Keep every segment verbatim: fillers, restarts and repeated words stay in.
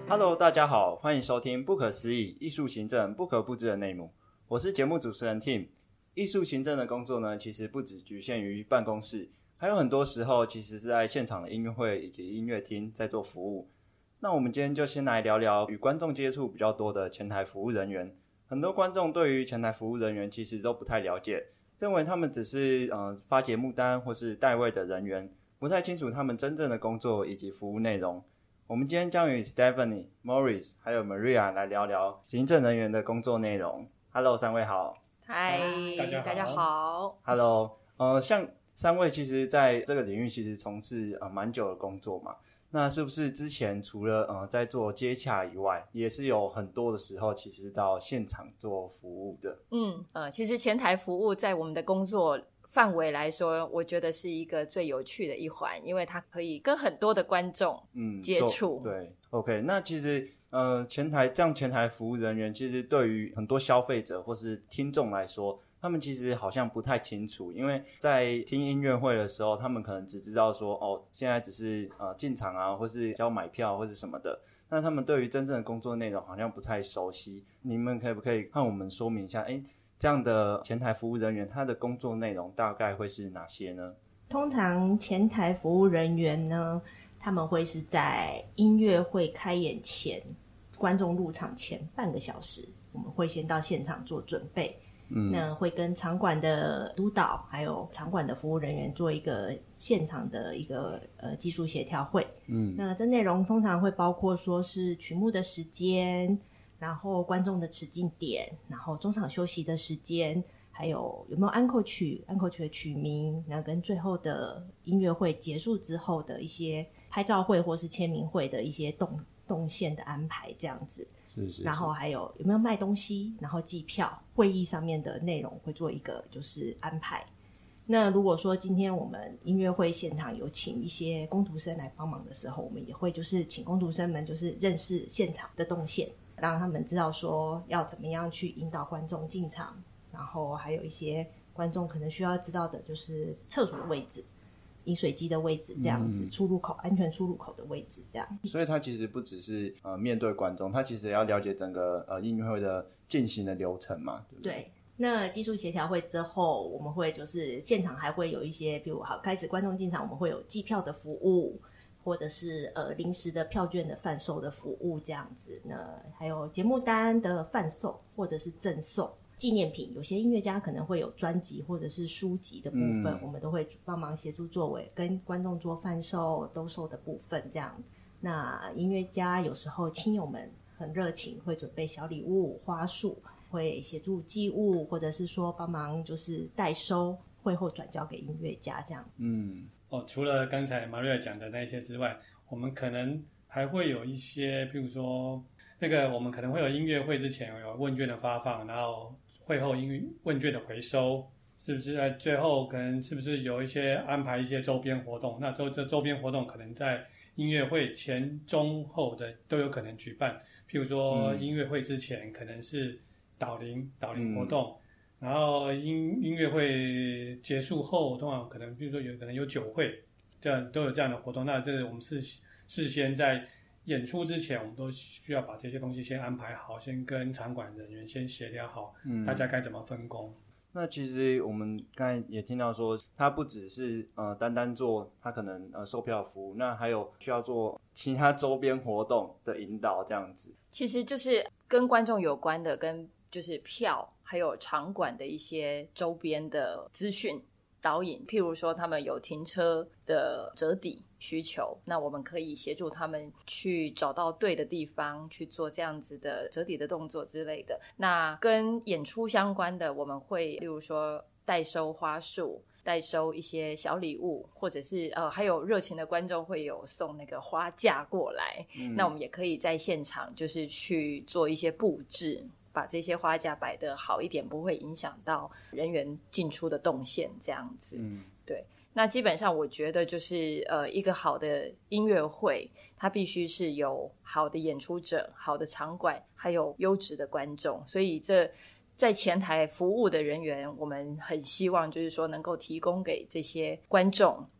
Hello， 大家好，欢迎收听不可思议艺术行政不可不知的内幕。我是节目主持人 Tim。艺术行政的工作呢，其实不只局限于办公室，还有很多时候其实是在现场的音乐会以及音乐厅在做服务。那我们今天就先来聊聊与观众接触比较多的前台服务人员。很多观众对于前台服务人员其实都不太了解，认为他们只是呃发节目单或是代位的人员，不太清楚他们真正的工作以及服务内容。我们今天将与 Stephanie、Morris 还有 Maria 来聊聊行政人员的工作内容。Hello， 三位好。 嗨，大家好。大家好。 Hello， 呃，像三位其实在这个领域其实从事呃蛮久的工作嘛，那是不是之前除了呃在做接洽以外，也是有很多的时候其实到现场做服务的？ 嗯，呃，其实前台服务在我们的工作范围来说，我觉得是一个最有趣的一环，因为它可以跟很多的观众接触。 嗯，对 ，OK， 那其实呃前台这样前台服务人员，其实对于很多消费者或是听众来说，他们其实好像不太清楚，因为在听音乐会的时候，他们可能只知道说哦，现在只是呃进场啊，或是要买票或是什么的。那他们对于真正的工作内容好像不太熟悉，你们可不可以和我们说明一下？哎。这样的前台服务人员，他的工作内容大概会是哪些呢？ 通常前台服务人员呢，他们会是在音乐会开演前，观众入场前半个小时，我们会先到现场做准备。嗯，那会跟场馆的督导还有场馆的服务人员做一个现场的一个呃技术协调会。嗯，那这内容通常会包括说是曲目的时间，然后观众的持进点，然后中场休息的时间，还有有没有安可曲、安可曲的曲名，然后跟最后的音乐会结束之后的一些拍照会或是签名会的一些动动线的安排，这样子。 是是是。 然后还有有没有卖东西，然后计票，会议上面的内容会做一个就是安排。那如果说今天我们音乐会现场有请一些工读生来帮忙的时候，我们也会就是请工读生们就是认识现场的动线，让他们知道说要怎么样去引导观众进场，然后还有一些观众可能需要知道的就是厕所的位置、饮水机的位置这样子、嗯、出入口安全出入口的位置这样。 所以他其实不只是呃面对观众，他其实也要了解整个呃音乐会的进行的流程嘛，对不对？ 对。那技术协调会之后，我们会就是现场还会有一些，比如好开始观众进场，我们会有计票的服务，或者是呃临时的票券的贩售的服务这样子。那还有节目单的贩售或者是赠送纪念品，有些音乐家可能会有专辑或者是书籍的部分、嗯、我们都会帮忙协助作为跟观众做贩售兜售的部分这样子。那音乐家有时候亲友们很热情，会准备小礼物花束，会协助寄物，或者是说帮忙就是代收，会后转交给音乐家这样。 嗯，哦，除了刚才 Maria 讲的那些之外，我们可能还会有一些，譬如说那个我们可能会有音乐会之前有问卷的发放，然后会后音问卷的回收，是不是在最后可能是不是有一些安排一些周边活动？那周这周边活动可能在音乐会前、中、后的都有可能举办。譬如说音乐会之前可能是导聆导聆活动、嗯、然后音音乐会结束后通常可能比如说有可能有酒会，这样都有这样的活动。那这个我们是事先在演出之前，我们都需要把这些东西先安排好，先跟场馆人员先协调好、嗯、大家该怎么分工。 那其实我们刚才也听到说，它不只是呃单单做它可能呃售票服务，那还有需要做其他周边活动的引导这样子。 其实就是跟观众有关的，跟就是票还有场馆的一些周边的资讯导引，譬如说他们有停车的折抵需求，那我们可以协助他们去找到对的地方去做这样子的折抵的动作之类的。那跟演出相关的，我们会例如说代收花束，代收一些小礼物，或者是呃还有热情的观众会有送那个花架过来、嗯、那我们也可以在现场就是去做一些布置，把这些花架摆得好一点，不会影响到人员进出的动线这样子、嗯、对。那基本上我觉得就是呃一个好的音乐会，它必须是有好的演出者、好的场馆，还有优质的观众。所以这在前台服务的人员，我们很希望就是说能够提供给这些观众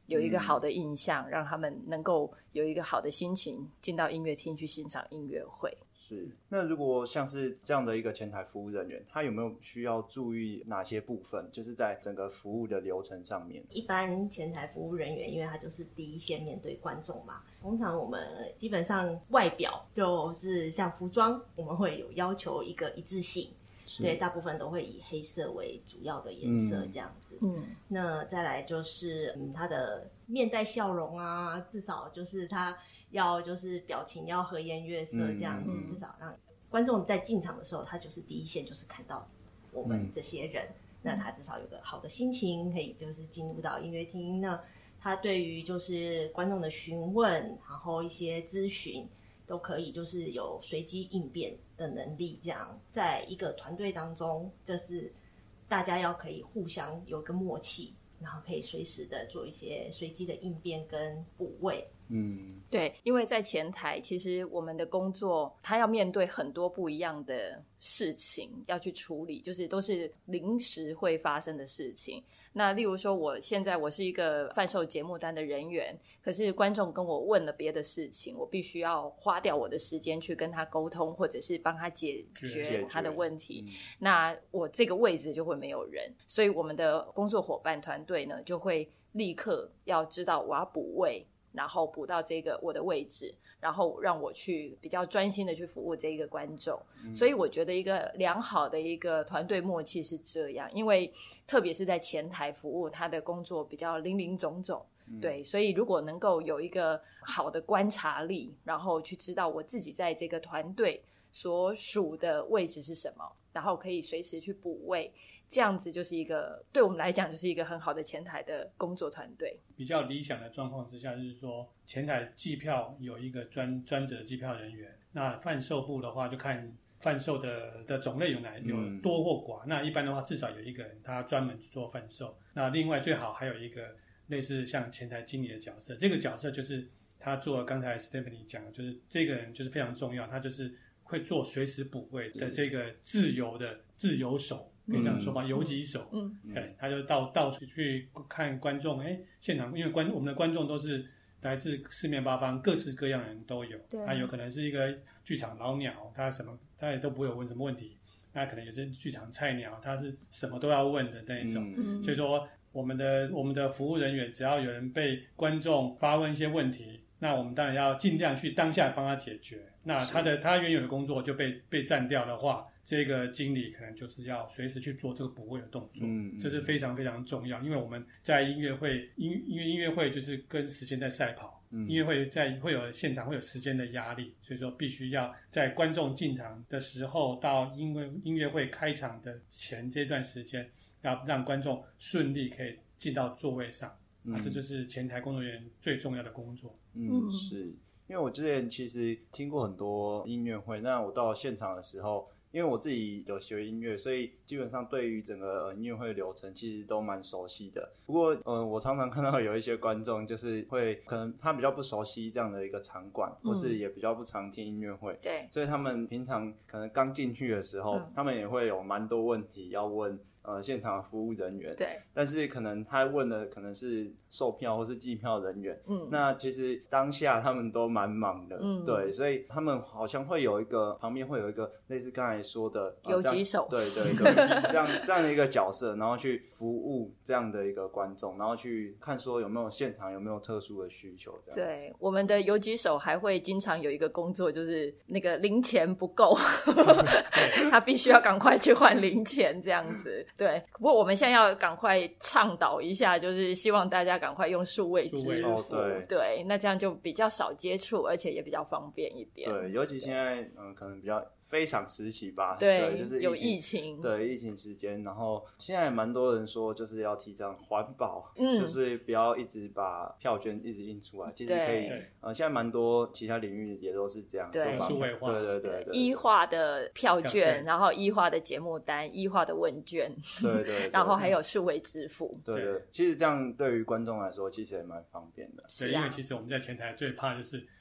有一个好的印象，让他们能够有一个好的心情进到音乐厅去欣赏音乐会。 是，那如果像是这样的一个前台服务人员，他有没有需要注意哪些部分，就是在整个服务的流程上面？ 一般前台服务人员，因为他就是第一线面对观众嘛，通常我们基本上外表就是像服装，我们会有要求一个一致性。对，大部分都会以黑色为主要的颜色这样子。嗯，那再来就是嗯，他的面带笑容啊，至少就是他要就是表情要和颜悦色这样子，嗯、至少让观众在进场的时候，他就是第一线就是看到我们这些人，嗯、那他至少有个好的心情，可以就是进入到音乐厅。那他对于就是观众的询问，然后一些咨询。都可以就是有随机应变的能力，这样在一个团队当中，这是大家要可以互相有个默契，然后可以随时的做一些随机的应变跟补位。 嗯，对，因为在前台其实我们的工作他要面对很多不一样的事情要去处理，就是都是临时会发生的事情。那例如说我现在我是一个贩售节目单的人员，可是观众跟我问了别的事情，我必须要花掉我的时间去跟他沟通，或者是帮他解决他的问题，嗯、那我这个位置就会没有人，所以我们的工作伙伴团队呢就会立刻要知道我要补位，然后补到这个我的位置，然后让我去比较专心的去服务这一个观众。嗯、所以我觉得一个良好的一个团队默契是这样，因为特别是在前台服务，他的工作比较林林总总，嗯、对，所以如果能够有一个好的观察力，然后去知道我自己在这个团队所属的位置是什么，然后可以随时去补位，这样子就是一个对我们来讲就是一个很好的前台的工作团队。 比较理想的状况之下，就是说前台计票有一个专专职计票人员，那贩售部的话就看贩售的的种类有哪有多或寡，嗯、那一般的话至少有一个人他专门去做贩售，那另外最好还有一个类似像前台经理的角色，这个角色就是他做刚才 Stephanie 讲的，就是这个人就是非常重要，他就是会做随时补位的这个自由的自由手，可以这样说吧，游击手。嗯，对，他就到到处去看观众，哎，现场，因为观我们的观众都是来自四面八方，各式各样的人都有。对，他有可能是一个剧场老鸟，他什么他也都不会有问什么问题；那可能也是剧场菜鸟，他是什么都要问的那一种。嗯，所以说我们的我们的服务人员，只要有人被观众发问一些问题，那我们当然要尽量去当下帮他解决。那他的他原有的工作就被被占掉的话，这个经理可能就是要随时去做这个补位的动作，嗯，这是非常非常重要。因为我们在音乐会，音因为音乐会就是跟时间在赛跑，嗯、音乐会在会有现场会有时间的压力，所以说必须要在观众进场的时候到音乐音乐会开场的前这段时间，要让观众顺利可以进到座位上，嗯、啊，这就是前台工作人员最重要的工作。 嗯，是。因为我之前其实听过很多音乐会，那我到现场的时候，因为我自己有学音乐，所以基本上对于整个音乐会流程其实都蛮熟悉的。不过，呃，我常常看到有一些观众就是会可能他比较不熟悉这样的一个场馆，或是也比较不常听音乐会，对，所以他们平常可能刚进去的时候，嗯、他们也会有蛮多问题要问。呃，现场服务人员，对，但是可能他问的可能是售票或是计票人员，嗯，那其实当下他们都蛮忙的，嗯，对，所以他们好像会有一个旁边会有一个类似刚才说的游击手， 对对对，这样这样的一个角色，然后去服务这样的一个观众，然后去看说有没有现场有没有特殊的需求，这样子。 对，我们的游击手还会经常有一个工作，就是那个零钱不够，他必须要赶快去换零钱，这样子。对，不过我们现在要赶快倡导一下，就是希望大家赶快用数位支付， 哦、对, 对，那这样就比较少接触，而且也比较方便一点。 对，尤其现在嗯，可能比较非常时期吧， 对, 对，就是疫有疫情， 对疫情时间，然后现在蛮多人说就是要提倡环保，嗯，就是不要一直把票券一直印出来，其实可以，呃，现在蛮多其他领域也都是这样， 对，数位化， 对对 对, 对, 对， 一化的票券，然后一化的节目单，一化的问卷， 对 对, 对, 对， 然后还有数位支付， 对 对, 对，其实这样对于观众来说其实也蛮方便的， 对，因为其实我们在前台最怕的就是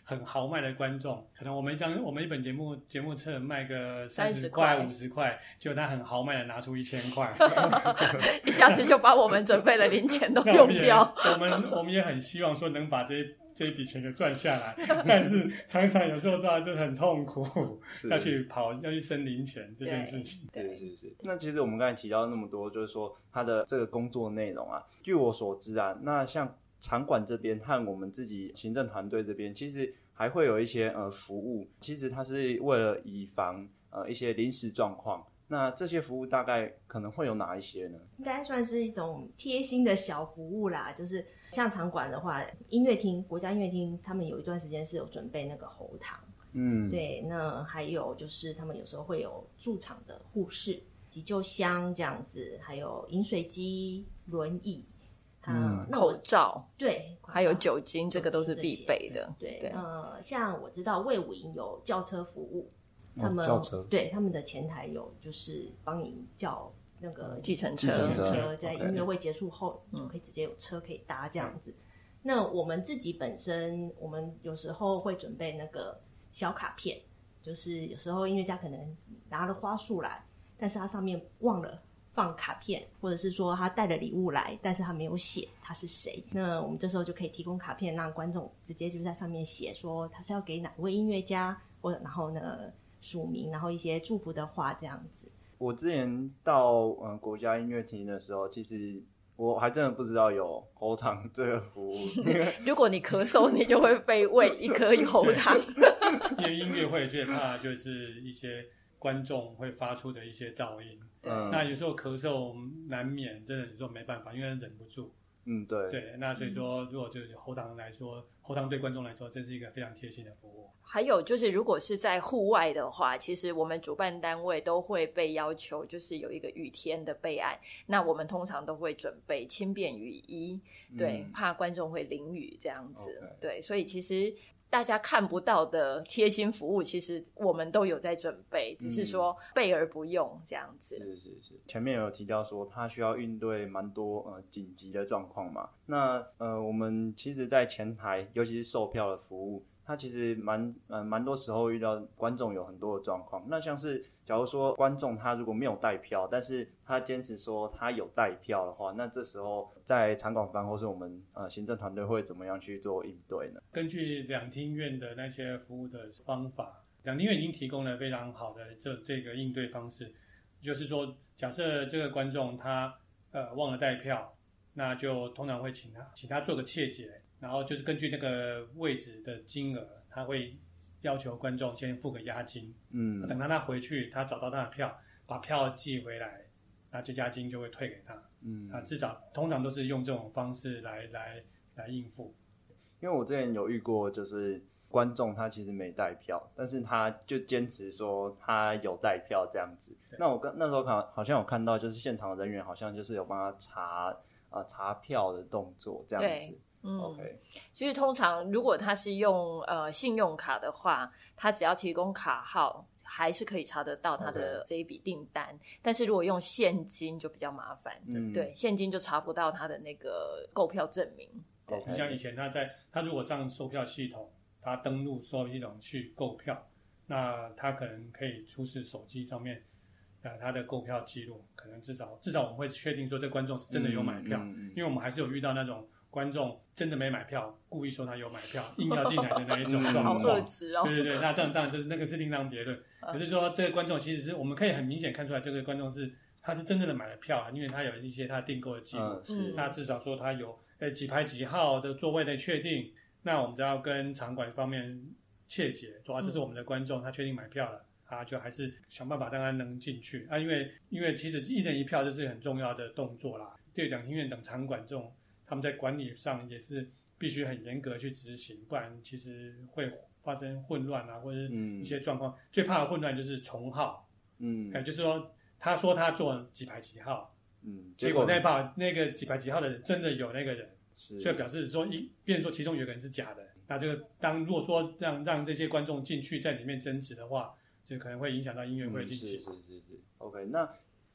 很豪迈的观众，可能我们一张我们一本节目节目册卖个三十三十块块五十块，就他很豪迈的拿出一千块， 一下子就把我们准备的零钱都那我们也用掉。 我们我们也很希望说能把这这一笔钱给赚下来，但是常常有时候赚就很痛苦，要去跑要去生零钱这件事情。 对是是。那其实我们刚才提到那么多，就是说他的这个工作内容啊，据我所知啊，那像场馆这边和我们自己行政团队这边，其实还会有一些呃服务，其实它是为了以防呃一些临时状况。那这些服务大概可能会有哪一些呢？ 应该算是一种贴心的小服务啦，就是像场馆的话，音乐厅国家音乐厅他们有一段时间是有准备那个喉糖， 嗯， 对，那还有就是他们有时候会有驻场的护士、急救箱这样子，还有饮水机、轮椅。嗯， 口罩， 对， 还有酒精，这个都是必备的。 对，对呃，像我知道卫武营有轿车服务，他们、 哦、轿车， 对，他们的前台有就是帮你叫那个计程车， 计程车在音乐会结束后，就可以直接有车可以搭这样子。嗯、那我们自己本身，我们有时候会准备那个小卡片，就是有时候音乐家可能拿了花束来，但是他上面忘了放卡片，或者是说他带了礼物来，但是他没有写他是谁，那我们这时候就可以提供卡片，让观众直接就在上面写说他是要给哪位音乐家，或者然后呢署名，然后一些祝福的话这样子。 我之前到嗯国家音乐厅的时候，其实我还真的不知道有喉糖这个服务。 如果你咳嗽，你就会被喂一颗喉糖。 因为音乐会最怕就是一些观众会发出的一些噪音。 嗯， 那有时候咳嗽难免，真的有时候没办法，因为忍不住。 嗯，对对，那所以说，如果就是喉糖来说，喉糖对观众来说，这是一个非常贴心的服务。 还有就是，如果是在户外的话，其实我们主办单位都会被要求，就是有一个雨天的备案。那我们通常都会准备轻便雨衣，对，嗯、怕观众会淋雨这样子。Okay. 对，所以其实大家看不到的贴心服务，其实我们都有在准备，只是说备而不用这样子。 是是是，前面有提到说他需要应对蛮多呃紧急的状况嘛。那呃，我们其实，在前台，尤其是售票的服务，它其实蛮呃蛮多时候遇到观众有很多的状况。那像是假如说观众他如果没有带票，但是他坚持说他有带票的话，那这时候在场馆方或是我们呃行政团队会怎么样去做应对呢？ 根据两厅院的那些服务的方法，两厅院已经提供了非常好的这这个应对方式，就是说，假设这个观众他呃忘了带票，那就通常会请他请他做个切结，然后就是根据那个位置的金额，他会要求观众先付个押金，嗯，等到他回去，他找到他的票，把票寄回来，那就押金就会退给他，嗯，啊，至少通常都是用这种方式来来来应付。 因为我之前有遇过，就是观众他其实没带票，但是他就坚持说他有带票这样子。那我跟那时候好像有看到，就是现场的人员好像就是有帮他查啊、呃、查票的动作这样子。 嗯 ，OK。 其实通常如果他是用呃信用卡的话，他只要提供卡号，还是可以查得到他的这一笔订单。Okay. 但是如果用现金就比较麻烦，嗯、对，现金就查不到他的那个购票证明。 对，你像以前他在他如果上售票系统，他登录售票系统去购票，那他可能可以出示手机上面呃他的购票记录，可能至少至少我们会确定说这观众是真的有买票，嗯嗯嗯、因为我们还是有遇到那种观众真的没买票，故意说他有买票，硬要进来的那一种状况。 好恶质哦！ 对对对，那这样当然就是那个是另当别论。可是说这个观众其实是我们可以很明显看出来，这个观众是他是真正的买了票啊，因为他有一些他订购的记录，嗯、是那至少说他有呃几排几号的座位的确定，那我们就要跟场馆方面切结，说啊这是我们的观众，他确定买票了。啊，就还是想办法让他能进去啊，因为因为其实一人一票这是很重要的动作啦。对两厅院等场馆这种，他们在管理上也是必须很严格去执行，不然其实会发生混乱啊，或者是一些状况。嗯、最怕的混乱就是重号，嗯，就是说他说他坐几排几号，嗯，结果那把那个几排几号的人真的有那个人，所以表示说一，变成说其中有个人是假的。那这个当如果说让让这些观众进去在里面争执的话，就可能会影响到音乐会进行。 嗯、是是是是 ，OK。那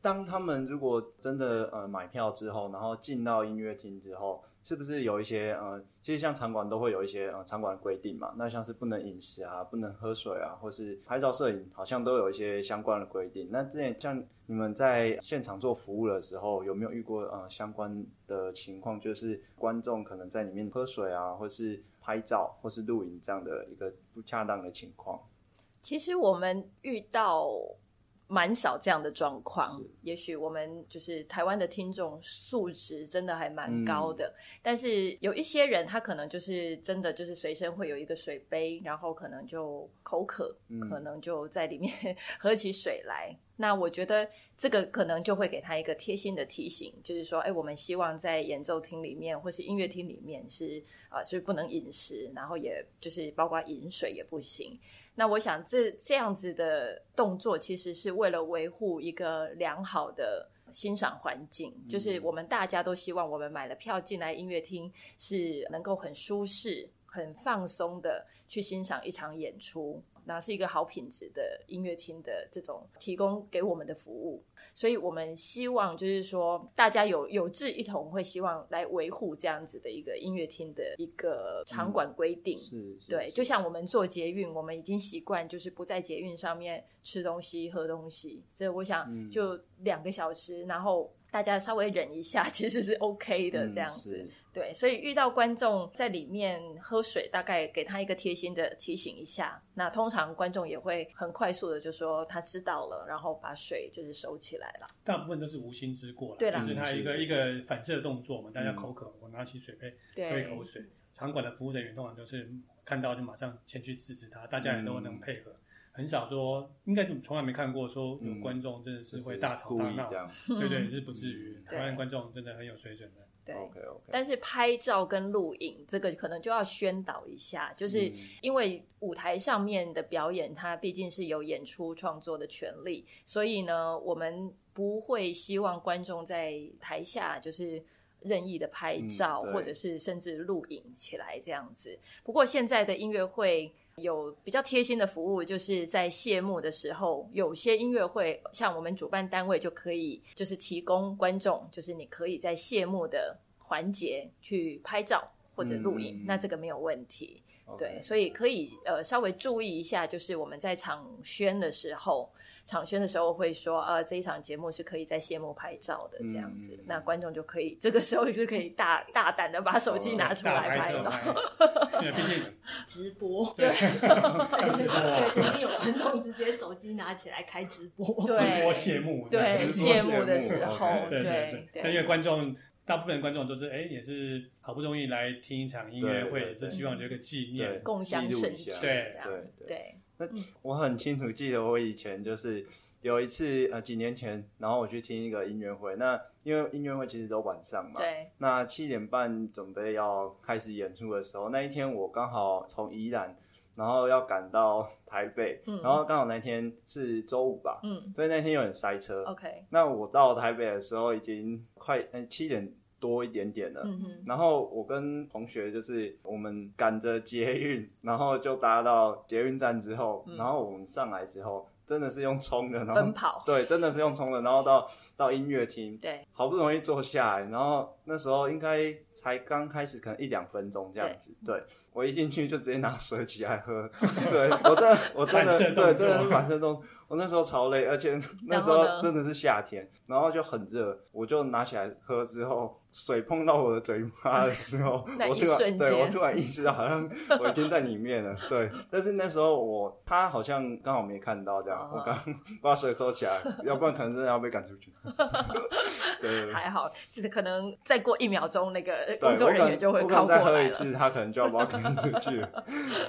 当他们如果真的呃买票之后，然后进到音乐厅之后，是不是有一些呃，其实像场馆都会有一些呃场馆规定嘛？那像是不能饮食啊，不能喝水啊，或是拍照摄影，好像都有一些相关的规定。那之前像你们在现场做服务的时候，有没有遇过呃相关的情况，就是观众可能在里面喝水啊，或是拍照，或是录影这样的一个不恰当的情况？ 其实我们遇到蛮少这样的状况，也许我们就是台湾的听众素质真的还蛮高的、嗯、但是有一些人他可能就是真的就是随身会有一个水杯，然后可能就口渴、嗯、可能就在里面喝起水来。那我觉得这个可能就会给他一个贴心的提醒，就是说哎，我们希望在演奏厅里面或是音乐厅里面是呃是不能饮食，然后也就是包括饮水也不行。那我想这这样子的动作其实是为了维护一个良好的欣赏环境、嗯、就是我们大家都希望我们买了票进来音乐厅是能够很舒适很放松的去欣赏一场演出，那是一个好品质的音乐厅的这种提供给我们的服务。所以我们希望就是说大家有有志一同会希望来维护这样子的一个音乐厅的一个场馆规定、嗯、是是对，就像我们做捷运，我们已经习惯就是不在捷运上面吃东西喝东西，这我想就两个小时、嗯、然后大家稍微忍一下其实是 OK 的这样子、嗯、对，所以遇到观众在里面喝水，大概给他一个贴心的提醒一下，那通常观众也会很快速的就说他知道了，然后把水就是收起来了。 大部分都是无心之过啦， 对啦， 就是他一个一个反射动作嘛，大家口渴、嗯、我拿起水杯喝一口水，场馆的服务人员通常都是看到就马上前去制止他，大家也都能配合、嗯，很少说，应该从来没看过说有观众真的是会大吵大闹、嗯、对对，就是不至于、嗯、台湾观众真的很有水准的。 对 okay, okay. 但是拍照跟录影这个可能就要宣导一下，就是因为舞台上面的表演它毕竟是有演出创作的权利，所以呢我们不会希望观众在台下就是任意的拍照、嗯、或者是甚至录影起来这样子。不过现在的音乐会有比较贴心的服务，就是在谢幕的时候，有些音乐会像我们主办单位就可以就是提供观众，就是你可以在谢幕的环节去拍照或者录影、嗯、那这个没有问题。对， okay. 所以可以呃稍微注意一下，就是我们在场宣的时候场宣的时候会说呃这一场节目是可以在谢幕拍照的这样子、嗯、那观众就可以这个时候就可以大大胆的把手机拿出来拍照， 因为毕竟直播， 对对，曾经有观众直接手机拿起来开直播， 对， 直播谢幕， 对，谢幕的时候， okay. 对对对， 因为观众大部分观众都是哎，也是好不容易来听一场音乐会，也是希望有一个纪念， 共襄盛举， 对对对。 那我很清楚记得我以前就是有一次呃几年前，然后我去听一个音乐会，那因为音乐会其实都晚上嘛， 对， 那七点半准备要开始演出的时候，那一天我刚好从宜兰然后要赶到台北、嗯、然后刚好那天是周五吧，嗯，所以那天有点塞车 OK， 那我到台北的时候已经快七点多一点点了、嗯、然后我跟同学就是我们赶着捷运，然后就搭到捷运站之后、嗯、然后我们上来之后真的是用冲的，然后奔跑， 对，真的是用冲的，然后到到音乐厅， 对， 好不容易坐下来，然后那时候应该才刚开始，可能一两分钟这样子，对，对，我一进去就直接拿水起来喝，对，我真的我真的对，真的是反射动作，我那时候超累，而且那时候真的是夏天，然后就很热，我就拿起来喝之后，水碰到我的嘴巴的时候， 那我突然对我突然意识到好像我已经在里面了，对，但是那时候我他好像刚好没看到这样，我刚把水收起来，要不然可能真的要被赶出去。对对对， 还好，就是可能再过一秒钟，那个工作人员就会靠过来了。我再喝一次，他可能就要把我赶出去了。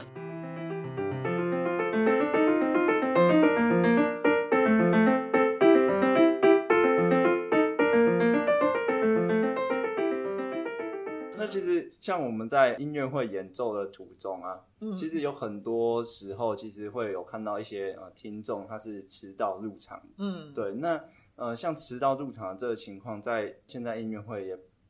那其实像我们在音乐会演奏的途中啊、嗯、其实有很多时候其实会有看到一些呃听众他是迟到入场，嗯，对，那呃像迟到入场的这个情况在现在音乐会也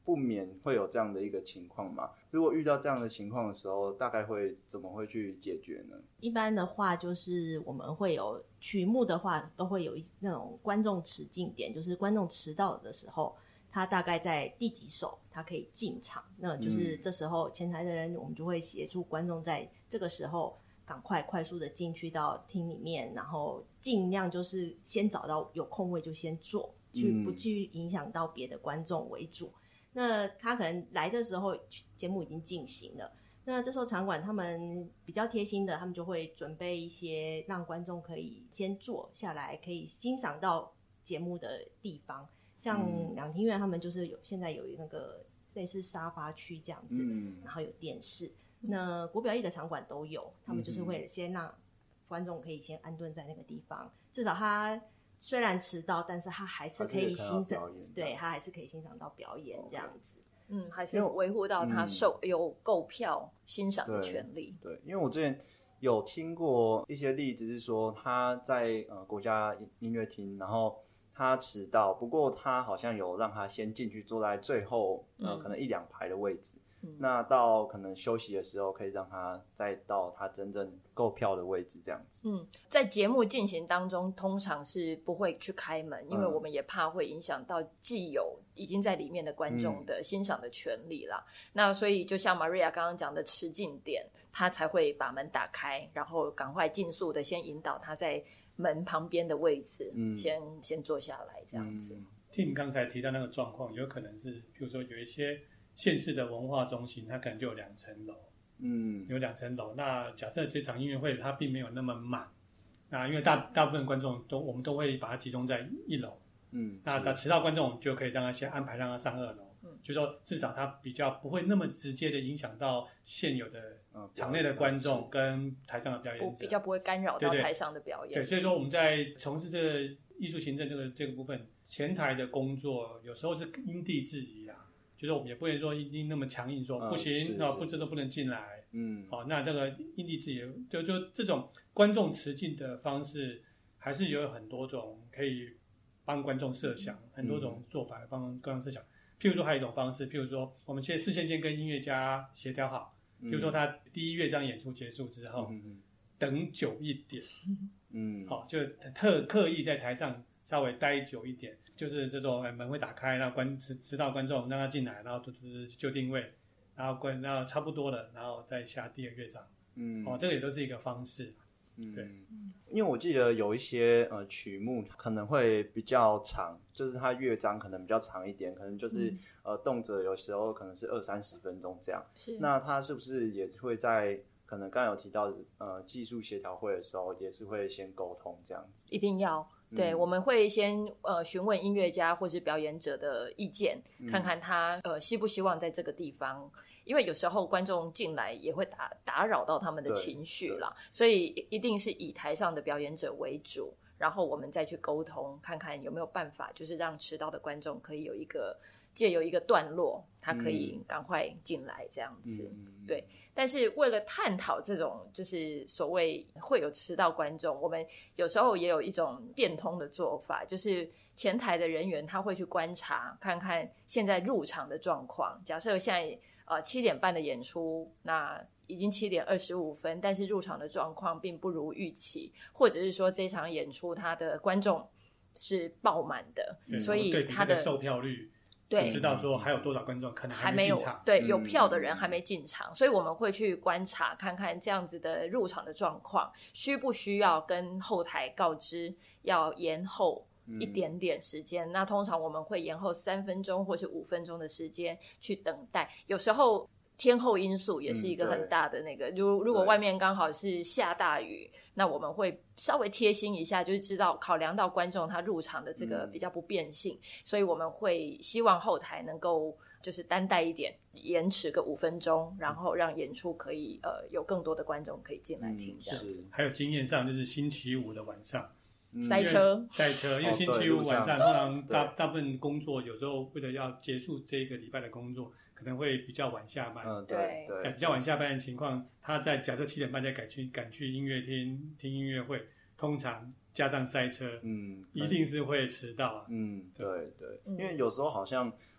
不免会有这样的一个情况嘛？如果遇到这样的情况的时候，大概会怎么会去解决呢？ 一般的话，就是我们会有曲目的话，都会有一那种观众迟进点，就是观众迟到的时候，他大概在第几首他可以进场，那就是这时候前台的人我们就会协助观众在这个时候赶快快速的进去到厅里面，然后尽量就是先找到有空位就先坐，去不去影响到别的观众为主。那他可能来的时候节目已经进行了，那这时候场馆他们比较贴心的，他们就会准备一些让观众可以先坐下来可以欣赏到节目的地方，像两厅院他们就是有现在有那个类似沙发区这样子、嗯、然后有电视，那国表艺的场馆都有，他们就是会先让观众可以先安顿在那个地方，至少他虽然迟到，但是他还是可以欣赏，对，他还是可以欣赏到表演这样子。 嗯，还是维护到他受、嗯、有购票欣赏的权利。 对，对，因为我之前有听过一些例子是说他在呃国家音乐厅，然后他迟到，不过他好像有让他先进去坐在最后呃、嗯、可能一两排的位置。那到可能休息的时候可以让他再到他真正购票的位置这样子。 嗯，在节目进行当中通常是不会去开门，因为我们也怕会影响到既有已经在里面的观众的欣赏的权利啦、嗯、那所以就像 Maria 刚刚讲的迟进点，他才会把门打开，然后赶快尽速的先引导他在门旁边的位置、嗯、先先坐下来这样子。 Tim、嗯、刚才提到那个状况有可能是比如说有一些县市的文化中心它可能就有两层楼，嗯，有两层楼。那假设这场音乐会它并没有那么满，那因为大大部分观众都我们都会把它集中在一楼，嗯，那他迟到观众就可以让他先安排让他上二楼，嗯，就说至少他比较不会那么直接的影响到现有的场内的观众跟台上的表演者， 比较不会干扰到台上的表演。 对， 对，所以说我们在从事这个艺术行政这个这个部分，前台的工作有时候是因地制宜啦。就是我们也不会说一定那么强硬说、嗯、不行，那不这都不能进来。嗯，好、哦，那这个因地制宜，就就这种观众迟进的方式，还是有很多种可以帮观众设想，嗯、很多种做法帮观众设想。譬如说，还有一种方式，譬如说，我们现在事先先跟音乐家协调好，譬如说他第一乐章演出结束之后，嗯、等久一点，嗯，好、哦，就特刻意在台上稍微待久一点。就是这种门会打开，让观迟迟到观众让他进来，然后就定位，然后观然后差不多了，然后再下第二乐章。嗯，哦，这个也都是一个方式。嗯，对， 因为我记得有一些呃曲目可能会比较长，就是它乐章可能比较长一点，可能就是、嗯、呃动辄有时候可能是二三十分钟这样。是，那它是不是也会在可能刚才有提到呃技术协调会的时候，也是会先沟通这样子？ 一定要。对，嗯、我们会先呃询问音乐家或是表演者的意见，嗯、看看他呃希不希望在这个地方，因为有时候观众进来也会打打扰到他们的情绪啦，所以一定是以台上的表演者为主，然后我们再去沟通，看看有没有办法，就是让迟到的观众可以有一个借由一个段落，他可以赶快进来这样子。嗯、对。但是为了探讨这种就是所谓会有迟到观众，我们有时候也有一种变通的做法，就是前台的人员他会去观察看看现在入场的状况。假设现在呃七点半的演出，那已经七点二十五分，但是入场的状况并不如预期，或者是说这场演出它的观众是爆满的，所以它的售票率对，知道说还有多少观众可能还没进场， 对，有票的人还没进场、嗯、所以我们会去观察看看这样子的入场的状况，需不需要跟后台告知要延后一点点时间、嗯、那通常我们会延后三分钟或是五分钟的时间去等待，有时候天候因素也是一个很大的那个、嗯、如, 如果外面刚好是下大雨，那我们会稍微贴心一下，就是知道考量到观众他入场的这个比较不便性、嗯、所以我们会希望后台能够就是担待一点，延迟个五分钟，然后让演出可以呃有更多的观众可以进来听这样子、 嗯、还有经验上就是星期五的晚上塞车塞车，因为星期五晚上通常大大部分工作有时候为了要结束这个礼拜的工作可能会比较晚下班， 嗯，对对， 比较晚下班的情况，他在假设七点半再赶去赶去音乐厅听音乐会，通常加上塞车，嗯，一定是会迟到啊。 嗯，对对，因为有时候好像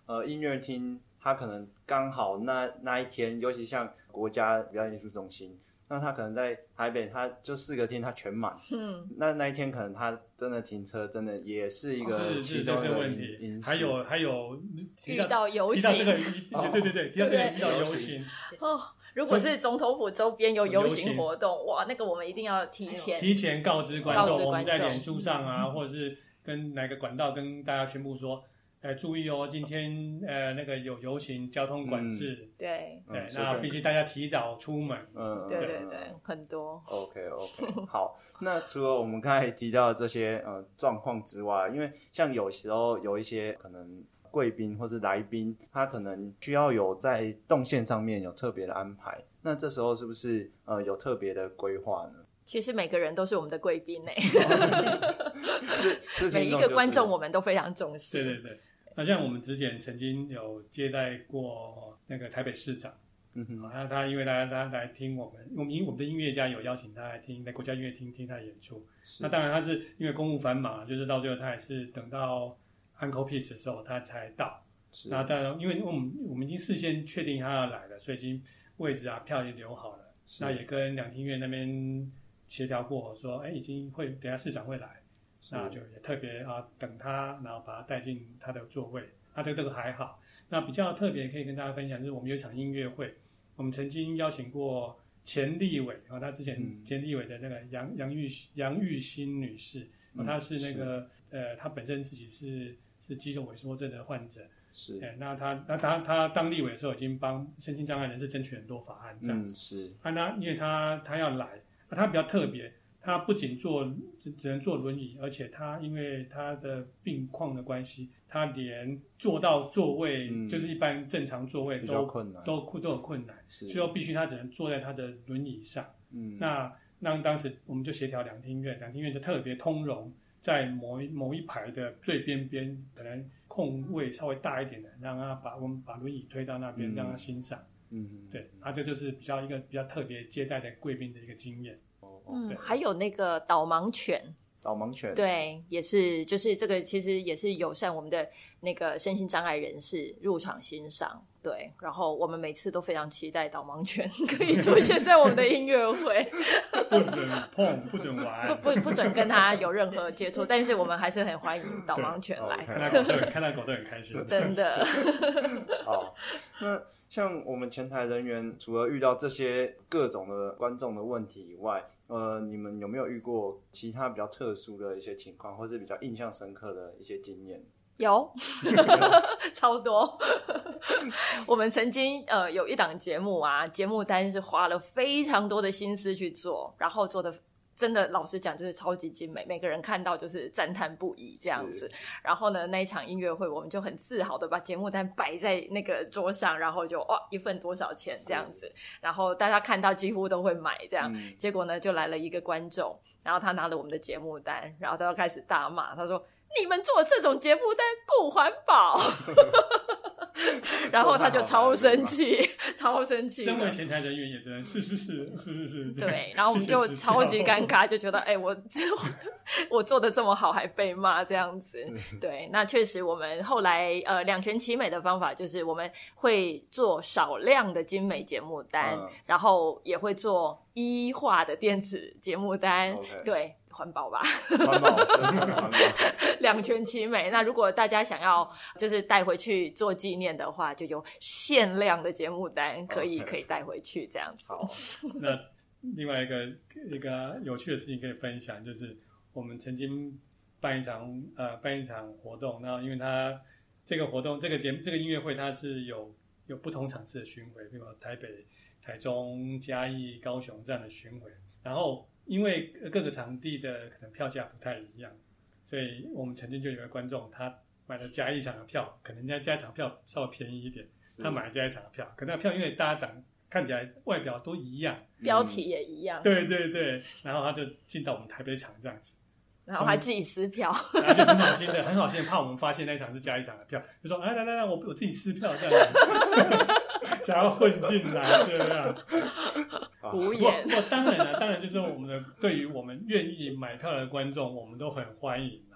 呃音乐厅，它可能刚好那那一天，尤其像国家表演艺术中心。那他可能在台北，他就四个厅他全满，嗯，那那一天可能他真的停车，真的也是一个其中的问题。 还有还有遇到游行， 提到这个，哦、对对对，提到这个遇到游行哦。如果是总统府周边有游行活动，哇，那个我们一定要提前提前告知观众，我们在脸书上啊，或者是跟哪个管道跟大家宣布说。呃，注意哦，今天呃那个有游行，交通管制， 嗯、对对，嗯、那必须大家提早出门， 嗯， 对对对，很多。 OK OK， 好，那除了我们刚才提到的这些呃状况之外，因为像有时候有一些可能贵宾或是来宾，他可能需要有在动线上面有特别的安排，那这时候是不是呃有特别的规划呢？ 其实每个人都是我们的贵宾呢， 是是每一个观众我们都非常重视。 对对对，那像我们之前曾经有接待过那个台北市长，嗯哼，他他因为他他来听我们，我们因为我们的音乐家有邀请他来听，在国家音乐厅听他的演出。那当然他是因为公务繁忙，就是到最后他也是等到 Encore Piece 的时候他才到。那当然，因为我们我们已经事先确定他要来了，所以已经位置啊票也留好了。那也跟两厅院那边协调过，说哎已经会等一下市长会来。那就也特别啊等他，然后把他带进他的座位。他对这个还好。那比较特别可以跟大家分享，就是我们有一场音乐会，我们曾经邀请过前立委啊，他之前前立委的那个杨杨玉杨玉欣女士，嗯、她是那个是呃，她本身自己是是肌肉萎缩症的患者， 是， 哎，那她那她她当立委的时候已经帮身心障碍人士争取很多法案这样子， 嗯、是， 啊，那因为她她要来，啊，她比较特别。他不仅坐只只能坐轮椅，而且他因为他的病况的关系，他连坐到座位、嗯、就是一般正常座位都都都有困难，所以说必须他只能坐在他的轮椅上。嗯，那那当时我们就协调两厅院，两厅院就特别通融，在某一某一排的最边边，可能空位稍微大一点的，让他把我们把轮椅推到那边，嗯、让他欣赏。嗯，对，啊，这就是比较一个比较特别接待的贵宾的一个经验。 嗯，还有那个导盲犬， 导盲犬， 对，也是，就是这个其实也是友善我们的那个身心障碍人士入场欣赏，对，然后我们每次都非常期待导盲犬可以出现在我们的音乐会， 不准碰，不准玩， 不不不准跟他有任何接触，但是我们还是很欢迎导盲犬来， 看到狗都看到狗都很开心， 真的。 好，那像我们前台人员，除了遇到这些各种的观众的问题以外，呃，你们有没有遇过其他比较特殊的一些情况，或是比较印象深刻的一些经验？ 有，超多。我们曾经呃有一档节目啊，节目单是花了非常多的心思去做，然后做的真的老实讲就是超级精美，每个人看到就是赞叹不已这样子。然后呢，那一场音乐会我们就很自豪的把节目单摆在那个桌上，然后就哇一份多少钱这样子，然后大家看到几乎都会买这样、嗯、结果呢就来了一个观众，然后他拿了我们的节目单，然后他就开始大骂，他说你们做这种节目单不环保然后他就超生气超生气， 身为前台人员也只能是是是是是是对，然后我们就超级尴尬，就觉得哎、欸，我我做的这么好还被骂这样子。对，那确实我们后来呃两全其美的方法就是我们会做少量的精美节目单、嗯、然后也会做一化的电子节目单、okay. 对，环保吧环保两全其美。那如果大家想要就是带回去做纪念的话，就有限量的节目单可以、okay. 可以带回去这样子。 好，那另外一个一个有趣的事情可以分享，就是我们曾经办一场呃办一场活动，然后因为它这个活动这个节目这个音乐会它是有有不同场次的巡回，比如说台北、台中、嘉义、高雄这样的巡回，然后因为各个场地的可能票价不太一样，所以我们曾经就有一个观众，他买了嘉义场的票，可能人家嘉义场票稍微便宜一点，他买了嘉义场的票，可那票因为大家长看起来外表都一样， 标题也一样、 嗯、对对对，然后他就进到我们台北场这样子， 然后还自己撕票， 然后就很好心的很好心的怕我们发现那一场是嘉义场的票，就说来来来来，我我自己撕票这样子想要混进来这样无言。 不，当然了，当然就是我们的对于我们愿意买票的观众，我们都很欢迎啦。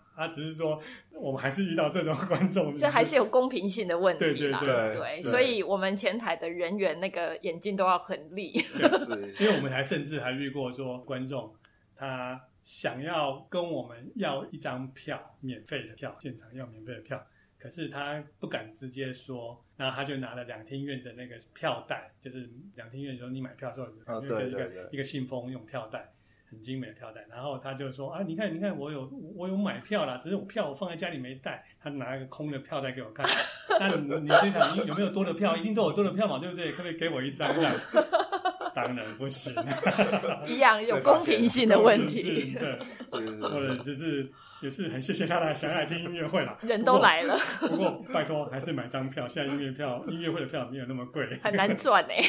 啊，只是说我们还是遇到这种观众， 这还是有公平性的问题啦。 对对对对，所以我们前台的人员那个眼睛都要很利。 是， 因为我们还甚至还遇过说观众他想要跟我们要一张票，免费的票，现场要免费的票，可是他不敢直接说，然后他就拿了两厅院的那个票袋，就是两厅院的时候你买票的时候， 哦有一个、 对对对一个信封用票袋。很精美的票袋，然后他就说啊，你看，你看，我有我有买票啦，只是我票我放在家里没带。他拿一个空的票袋给我看，那你你这场有没有多的票？一定都有多的票嘛，对不对？可不可以给我一张这样？当然不行， 一样有公平性的问题。 对，或者只是也是很谢谢大家想要来听音乐会啦， 人都来了。 不过, 不过拜托还是买张票，现在音乐票音乐会的票没有那么贵， 很难赚哎、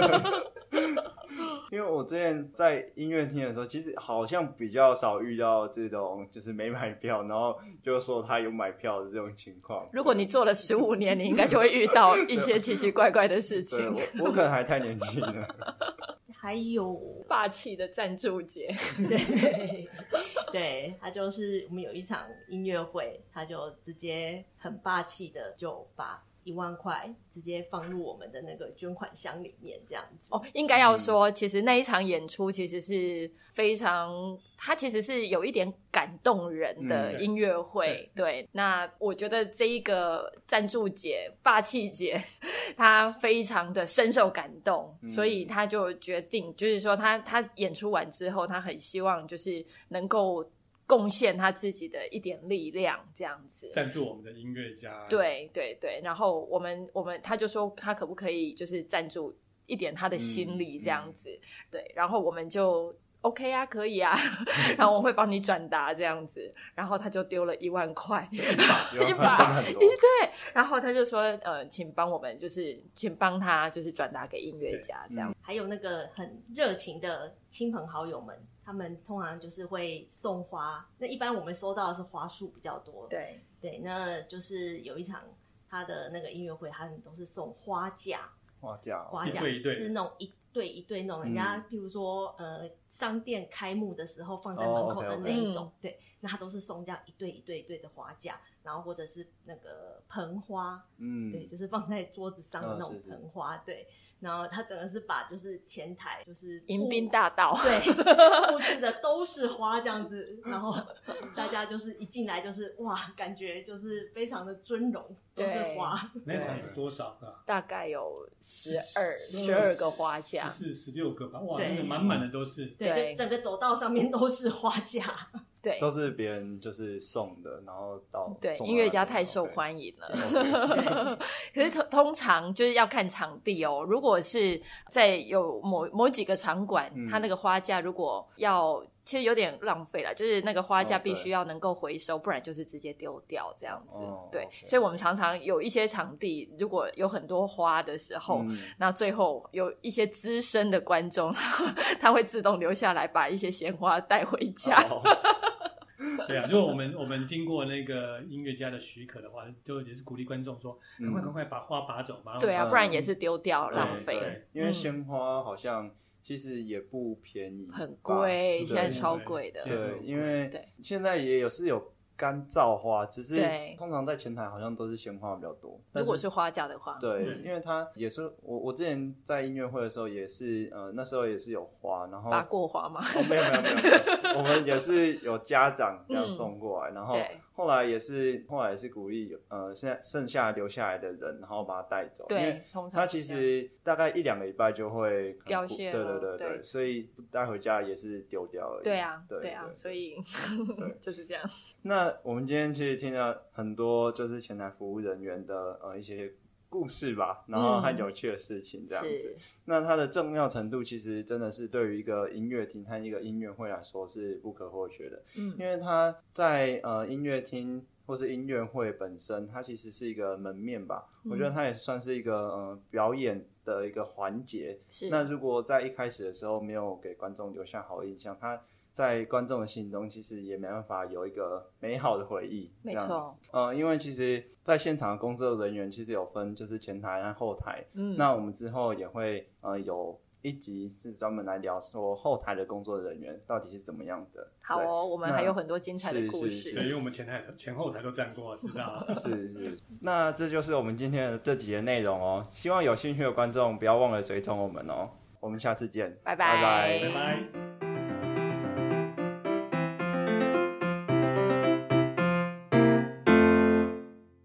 因为我之前在音乐厅的时候，其实好像比较少遇到这种就是没买票，然后就说他有买票的这种情况。 如果你做了十五年，你应该就会遇到一些奇奇怪怪的事情。 我, 我可能还太年轻了。 还有霸气的赞助节， 对对，他就是我们有一场音乐会，他就直接很霸气的就把一万块直接放入我们的那个捐款箱里面，这样子。 哦，应该要说，其实那一场演出其实是非常，它其实是有一点感动人的音乐会。嗯、对, 对，那我觉得这一个赞助节、霸气节，他非常的深受感动，嗯、所以他就决定，就是说他他演出完之后，他很希望就是能够贡献他自己的一点力量，这样子赞助我们的音乐家。 对对对，然后我们我们他就说他可不可以就是赞助一点他的心力这样子。嗯嗯、对，然后我们就 OK 啊，可以啊，然后我会帮你转达这样子，然后他就丢了一万块， 一把， 一把，对，然后他就说呃，请帮我们就是请帮他就是转达给音乐家这样。 嗯、还有那个很热情的亲朋好友们。他们通常就是会送花，那一般我们收到的是花束比较多。 对对，那就是有一场他的那个音乐会，他们都是送花架， 花架， 花架是那种一对一对那种，人家譬如说呃商店开幕的时候放在门口的那一种， oh, okay, okay. 对，那他都是送这样一对一对一对的花架，然后或者是那个盆花，嗯，对，就是放在桌子上的那种盆花，哦、对。然后他整个是把就是前台就是迎宾大道， 对，布置的都是花这样子，然后大家就是一进来就是哇，感觉就是非常的尊荣，都是花。 那场有多少个？ 大概有十二十二个花架， 十四十六个吧，哇，那个满满的都是。 对，就整个走道上面都是花架。 对， 都是别人就是送的，然后到对音乐家太受欢迎了。Okay. 可是通通常就是要看场地哦。如果是在有某某几个场馆，嗯、它那个花架如果要，其实有点浪费啦，就是那个花架必须要能够回收，哦、不然就是直接丢掉这样子。哦、对， okay. 所以我们常常有一些场地，如果有很多花的时候，嗯、那最后有一些资深的观众，他会自动留下来把一些鲜花带回家。哦对啊，如果我们我们经过那个音乐家的许可的话，就也是鼓励观众说，赶快赶快把花拔走嘛。 对啊，不然也是丢掉，嗯、浪费。 对，因为鲜花好像其实也不便宜， 很贵，现在超贵的。 对，因为现在也有是有干燥花，只是通常在前台好像都是鲜花比较多。 如果是花架的话， 对，嗯、因为它也是我我之前在音乐会的时候也是呃那时候也是有花，然后拔过花吗？ 哦，没有没有没有，没有我们也是有家长这样送过来，嗯、然后后来也是后来也是鼓励呃现在剩下留下来的人，然后把它带走， 对， 因为它其实大概一两个礼拜就会凋谢， 对对对 对, 对，所以带回家也是丢掉而已。 对啊，对, 对啊，所以就是这样。 那我们今天其实听了很多就是前台服务人员的呃一些故事吧，然后很有趣的事情这样子。嗯、那它的重要程度其实真的是对于一个音乐厅和一个音乐会来说是不可或缺的。嗯，因为它在呃音乐厅或是音乐会本身，它其实是一个门面吧。嗯、我觉得它也算是一个呃表演的一个环节。是。那如果在一开始的时候没有给观众留下好印象，它在观众的心中其实也没办法有一个美好的回忆。 没错。 呃，因为其实在现场的工作人员其实有分就是前台和后台。嗯。那我们之后也会呃有一集是专门来聊说后台的工作人员到底是怎么样的。 好哦，我们还有很多精彩的故事。 对，因为我们前台前后台都站过，知道。 是是，那这就是我们今天的这集的内容哦。希望有兴趣的观众不要忘了追踪我们哦。我们下次见， 拜拜拜拜。 拜拜。